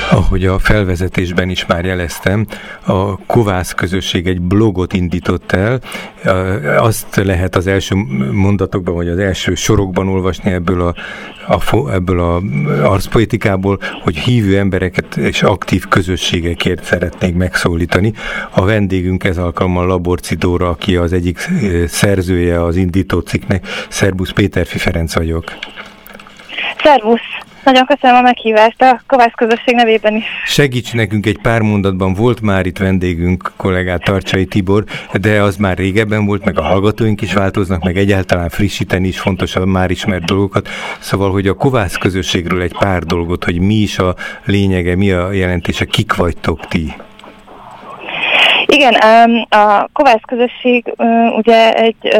Ahogy a felvezetésben is már jeleztem, a Kovász közösség egy blogot indított el. Azt lehet az első mondatokban, vagy az első sorokban olvasni ebből a arszpolitikából, hogy hívő embereket és aktív közösségekért szeretnék megszólítani. A vendégünk ez alkalommal Laborczy Dóra, aki az egyik szerzője az indító cikknek. Szerbusz, Péterfi Ferenc vagyok. Szervusz! Nagyon köszönöm a meghívást a Kovász közösség nevében is. Segíts nekünk egy pár mondatban, volt már itt vendégünk, kollégát Tarcsai Tibor, de az már régebben volt, meg a hallgatóink is változnak, meg egyáltalán frissíteni is fontos a már ismert dolgokat. Szóval, hogy a Kovász közösségről egy pár dolgot, hogy mi is a lényege, mi a jelentése, kik vagytok ti? Igen, a Kovász közösség ugye egy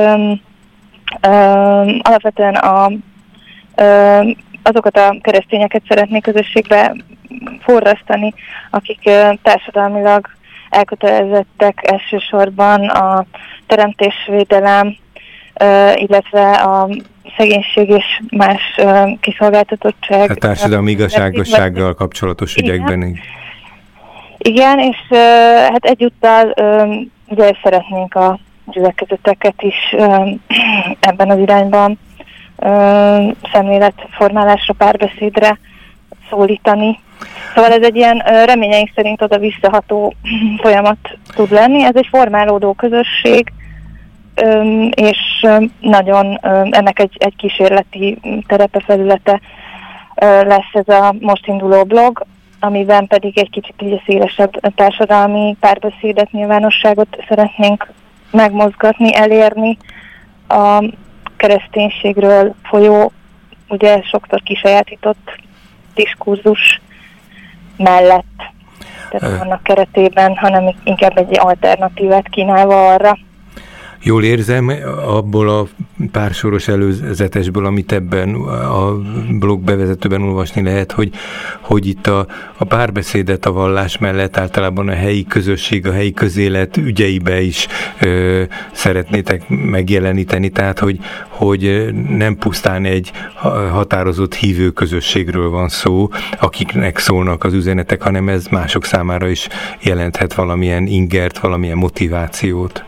alapvetően azokat a keresztényeket szeretnék közösségbe forrasztani, akik társadalmilag elkötelezettek elsősorban a teremtésvédelem, illetve a szegénység és más kiszolgáltatottság. A társadalmi igazságossággal kapcsolatos ügyekben. Igen, és hát egyúttal ugye szeretnénk a gyülekezeteket is ebben az irányban szemléletformálásra, párbeszédre szólítani. Szóval ez egy ilyen reményeink szerint oda visszaható folyamat tud lenni. Ez egy formálódó közösség, és nagyon ennek egy kísérleti terepe, felülete lesz ez a most induló blog, amiben pedig egy kicsit így a szélesebb társadalmi párbeszédet, nyilvánosságot szeretnénk megmozgatni, elérni a kereszténységről folyó, ugye sokszor kisajátított diskurzus mellett. Tehát annak keretében, hanem inkább egy alternatívát kínálva arra. Jól érzem, abból a pársoros előzetesből, amit ebben a blog bevezetőben olvasni lehet, hogy itt a párbeszédet a vallás mellett általában a helyi közösség, a helyi közélet ügyeibe is szeretnétek megjeleníteni, tehát hogy nem pusztán egy határozott hívő közösségről van szó, akiknek szólnak az üzenetek, hanem ez mások számára is jelenthet valamilyen ingert, valamilyen motivációt.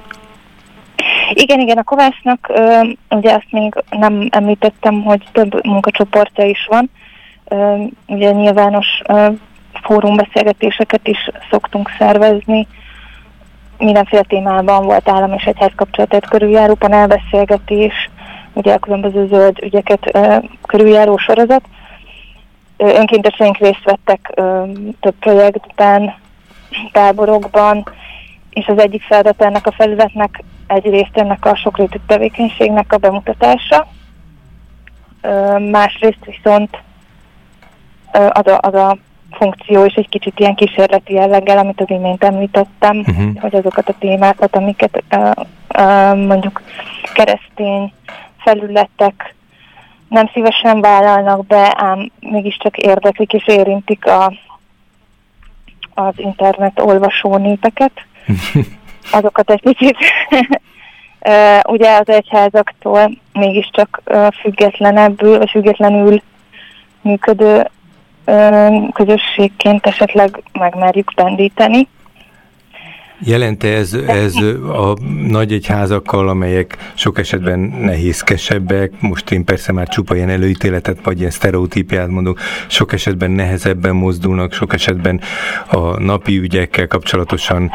Igen, a Kovásznak, ugye azt még nem említettem, hogy több munkacsoportja is van. Ugye nyilvános fórumbeszélgetéseket is szoktunk szervezni. Mindenféle témában volt állam és egyház kapcsolatát körüljáró panelbeszélgetés, ugye a különböző zöld ügyeket körüljáró sorozat. Önkénteseink részt vettek több projektben, táborokban, és az egyik feladat ennek a felületnek egyrészt ennek a sokrétű tevékenységnek a bemutatása, másrészt viszont az a funkció is egy kicsit ilyen kísérleti jelleggel, amit az imént említettem, hogy azokat a témákat, amiket mondjuk keresztény felületek nem szívesen vállalnak be, ám mégiscsak érdeklik és érintik az internet olvasó népeket. Azokat egy kicsit ugye az egyházaktól mégiscsak függetlenül működő közösségként esetleg megmerjük pendíteni. Jelente ez a nagy egyházakkal, amelyek sok esetben nehézkesebbek, most én persze már csupa ilyen előítéletet, vagy ilyen sztereotípiát mondok, sok esetben nehezebben mozdulnak, sok esetben a napi ügyekkel kapcsolatosan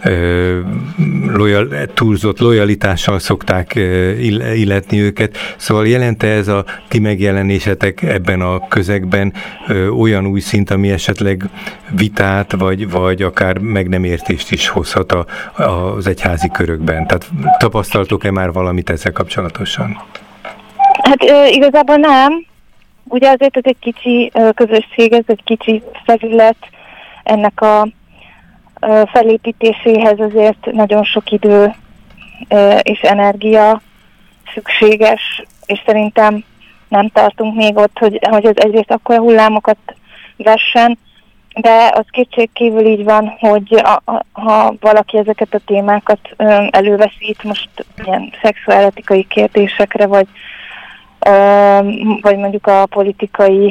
túlzott lojalitással szokták illetni őket. Szóval jelente ez a ti megjelenésetek ebben a közegben olyan új szint, ami esetleg vitát, vagy akár meg nem értést is hoz az egyházi körökben. Tehát tapasztaltok-e már valamit ezzel kapcsolatosan? Hát igazából nem. Ugye azért ez egy kicsi közösség, ez egy kicsi felület, ennek a felépítéséhez azért nagyon sok idő és energia szükséges, és szerintem nem tartunk még ott, hogy ez egyrészt akkora hullámokat vessen, de az kétségkívül így van, hogy ha valaki ezeket a témákat előveszít, most ilyen szexuáletikai kérdésekre, vagy mondjuk a politikai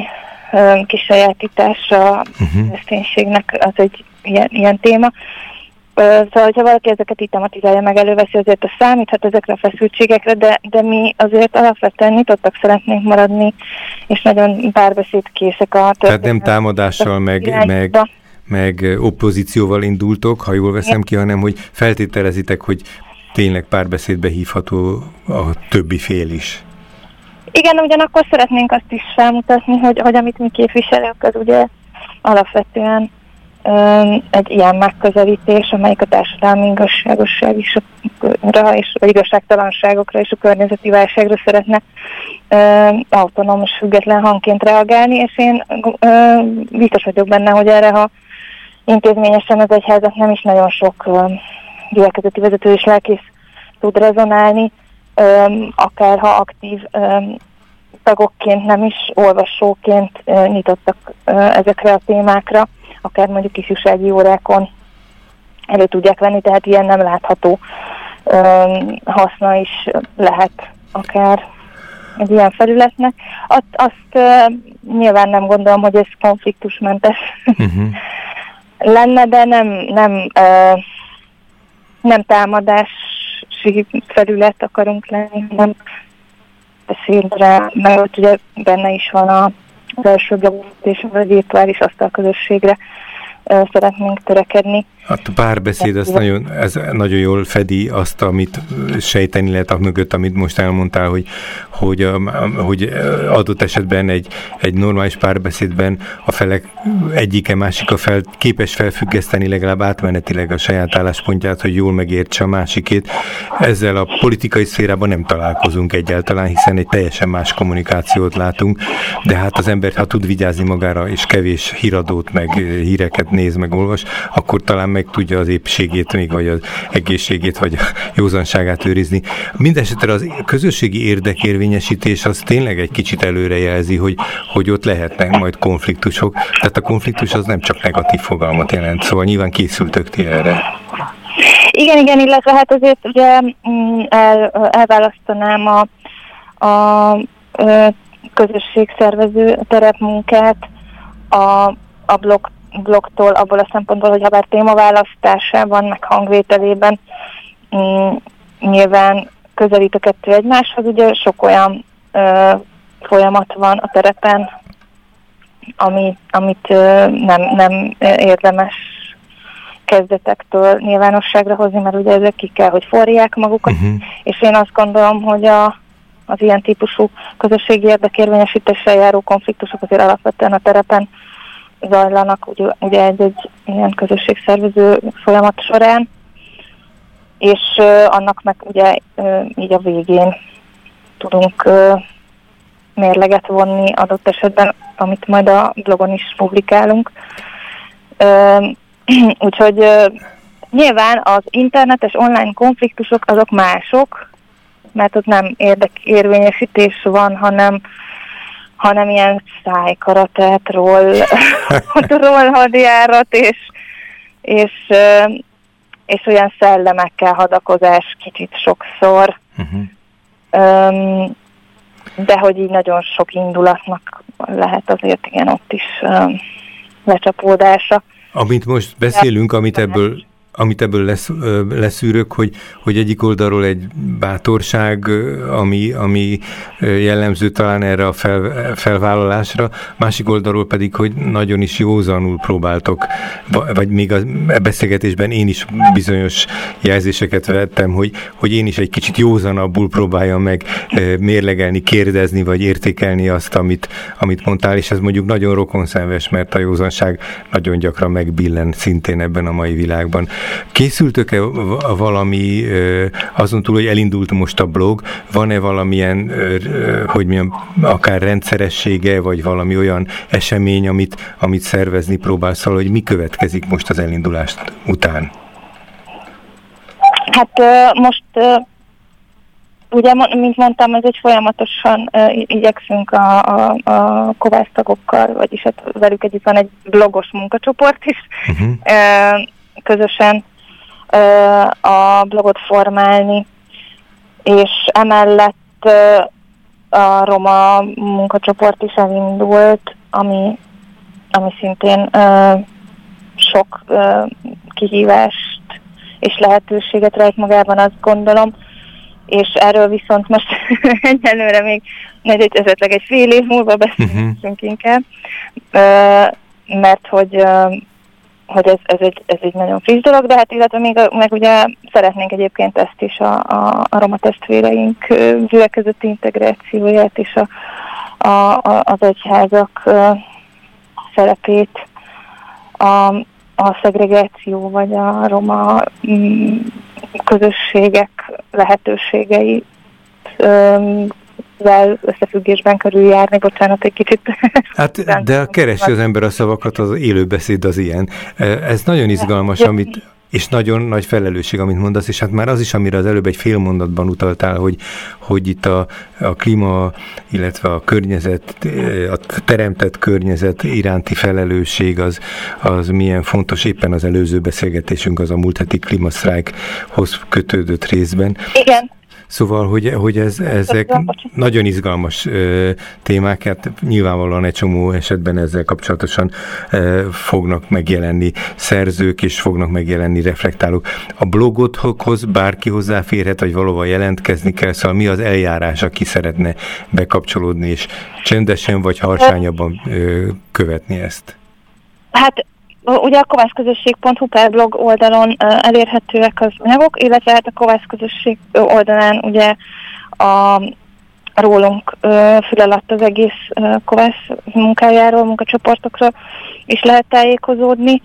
kisajátítása a kereszténységnek az egy ilyen téma. Szóval, hogyha valaki ezeket így tematizálja, meg előveszi, azért a számíthat ezekre a feszültségekre, de mi azért alapvetően nyitottak szeretnénk maradni, és nagyon párbeszédkészek a történet. Tehát nem támadással, meg opozícióval indultok, ha jól veszem ki, hanem hogy feltételezitek, hogy tényleg párbeszédbe hívható a többi fél is. Igen, ugyanakkor szeretnénk azt is felmutatni, hogy amit mi képviselünk, az ugye alapvetően egy ilyen megközelítés, amelyik a társadalmi igazságosságra és igazságtalanságokra és a környezeti válságra szeretne autonóm és független hangként reagálni, és én biztos vagyok benne, hogy erre, ha intézményesen az egyházat nem is nagyon sok gyülekezeti vezető és lelkész tud rezonálni, akár ha aktív tagokként, nem is olvasóként nyitottak ezekre a témákra, akár mondjuk ifjúsági órákon elő tudják venni, tehát ilyen nem látható haszna is lehet akár egy ilyen felületnek. Azt nyilván nem gondolom, hogy ez konfliktusmentes lenne, de nem támadási felület akarunk lenni, hanem beszédre, mert ugye benne is van az első blogot és a virtuális asztalközösségre szeretnénk törekedni. A párbeszéd ez nagyon jól fedi azt, amit sejteni lehet a mögött, amit most elmondtál, hogy adott esetben egy normális párbeszédben a felek egyike másika képes felfüggeszteni legalább átmenetileg a saját álláspontját, hogy jól megértse a másikét. Ezzel a politikai szférában nem találkozunk egyáltalán, hiszen egy teljesen más kommunikációt látunk, de hát az ember, ha tud vigyázni magára, és kevés híradót, meg híreket néz, meg olvas, akkor talán meg tudja az épségét még, vagy az egészségét, vagy a józanságát őrizni. Mindenesetre az közösségi érdekérvényesítés az tényleg egy kicsit előrejelzi, hogy ott lehetnek majd konfliktusok. Tehát a konfliktus az nem csak negatív fogalmat jelent, szóval nyilván készültök ti erre. Igen, illetve hát azért ugye elválasztanám a közösségszervező terepmunkát a blogtól, abból a szempontból, hogy ha bár témaválasztásában, meg hangvételében nyilván közelít a kettő egymáshoz, ugye sok olyan folyamat van a terepen, amit nem érdemes kezdetektől nyilvánosságra hozni, mert ugye ezek ki kell, hogy forrják magukat, és én azt gondolom, hogy az ilyen típusú közösségi érdekérvényesítéssel járó konfliktusok azért alapvetően a terepen zajlanak, ugye egy ilyen közösségszervező folyamat során, és annak meg ugye így a végén tudunk mérleget vonni adott esetben, amit majd a blogon is publikálunk. Úgyhogy nyilván az internetes online konfliktusok azok mások, mert ott nem érdekérvényesítés van, hanem ilyen szájkaratet, hadjárat, és olyan szellemekkel hadakozás kicsit sokszor. De hogy így nagyon sok indulatnak lehet azért igen ott is lecsapódása. Amit most beszélünk, amit ebből leszűrök, hogy egyik oldalról egy bátorság, ami jellemző talán erre a felvállalásra, másik oldalról pedig, hogy nagyon is józanul próbáltok, vagy még a beszélgetésben én is bizonyos jelzéseket vettem, hogy én is egy kicsit józanabbul próbáljam meg mérlegelni, kérdezni, vagy értékelni azt, amit mondtál, és ez mondjuk nagyon rokonszenves, mert a józanság nagyon gyakran megbillen szintén ebben a mai világban. Készültök-e valami, azon túl, hogy elindult most a blog, van-e valamilyen, hogy mondjam, akár rendszeressége, vagy valami olyan esemény, amit szervezni próbálsz, hogy mi következik most az elindulást után? Hát most, ugye, mint mondtam, ez egy folyamatosan igyekszünk a kovásztagokkal, vagyis hát velük együtt van egy blogos munkacsoport is, közösen a blogot formálni, és emellett a roma munkacsoport is elindult, ami szintén sok kihívást és lehetőséget rejt magában, azt gondolom, és erről viszont most egyelőre még esetleg egy fél év múlva beszélünk inkább, mert hogy ez egy nagyon friss dolog, de hát illetve meg ugye szeretnénk egyébként ezt is a roma testvéreink gyülekezeti integrációját és az egyházak szerepét a szegregáció vagy a roma közösségek lehetőségei összefüggésben körüljárni, bocsánat, egy kicsit. Hát, de keresi az ember a szavakat, az élőbeszéd az ilyen. Ez nagyon izgalmas, és nagyon nagy felelősség, amit mondasz, és hát már az is, amire az előbb egy fél mondatban utaltál, hogy itt a klíma, illetve a környezet, a teremtett környezet iránti felelősség az milyen fontos, éppen az előző beszélgetésünk az a múlt heti klímasztrájkhoz kötődött részben. Igen. Szóval, hogy ezek nagyon izgalmas témák, hát nyilvánvalóan egy csomó esetben ezzel kapcsolatosan fognak megjelenni szerzők, és fognak megjelenni reflektálók. A blogothoz bárki hozzáférhet, vagy valahol jelentkezni kell, szóval mi az eljárás, aki szeretne bekapcsolódni, és csendesen vagy harsányabban követni ezt? Hát ugye a kovászközösség.hu per blog oldalon elérhetőek az anyagok, illetve hát a kovászközösség oldalán ugye rólunk fül alatt az egész kovász munkájáról, munkacsoportokról is lehet tájékozódni.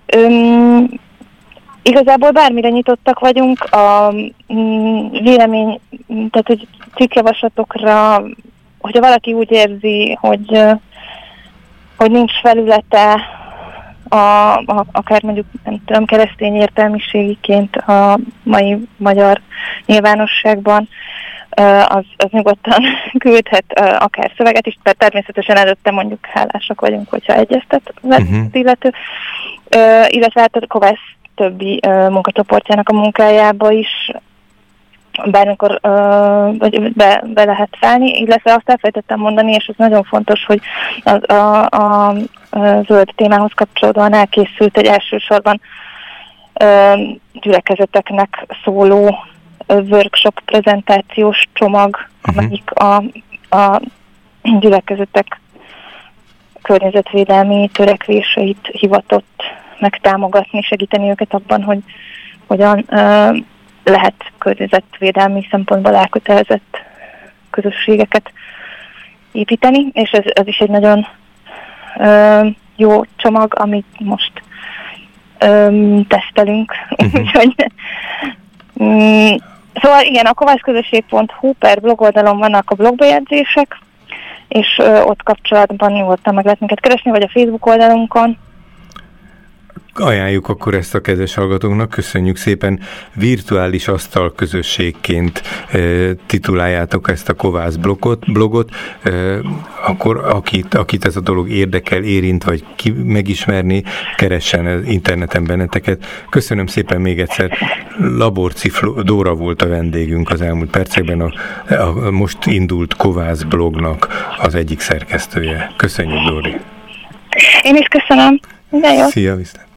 Igazából bármire nyitottak vagyunk, a vélemény, tehát hogy cikkjavaslatokra, hogyha valaki úgy érzi, hogy nincs felülete, akár mondjuk, nem tudom, keresztény értelmiségiként a mai magyar nyilvánosságban, az nyugodtan küldhet akár szöveget is, tehát természetesen előtte mondjuk hálásak vagyunk, hogyha egyeztet illető, illetve hát a Kovász többi munkacsoportjának a munkájába is bármikor be lehet szállni, illetve azt elfelejtettem mondani, és ez nagyon fontos, hogy a zöld témához kapcsolódóan elkészült egy elsősorban gyülekezeteknek szóló workshop prezentációs csomag, amelyik a gyülekezetek környezetvédelmi törekvéseit hivatott megtámogatni, segíteni őket abban, hogy hogyan lehet környezetvédelmi szempontból elkötelezett közösségeket építeni, és ez is egy nagyon jó csomag, amit most tesztelünk. Szóval igen, a kovászközösség.hu per blog oldalon vannak a blogbejegyzések, és ott kapcsolatban nyugodtan meg lehet minket keresni, vagy a Facebook oldalunkon. Ajánljuk akkor ezt a kedves hallgatóknak, köszönjük szépen. Virtuális asztal közösségként tituláljátok ezt a Kovász blogot. Akkor akit ez a dolog érdekel, érint, vagy megismerni, keressen interneten benneteket. Köszönöm szépen még egyszer. Laborci Dóra volt a vendégünk az elmúlt percekben, a most indult Kovász blognak az egyik szerkesztője. Köszönjük, Dóri. Én is köszönöm. Minden jó. Szia, viszlát.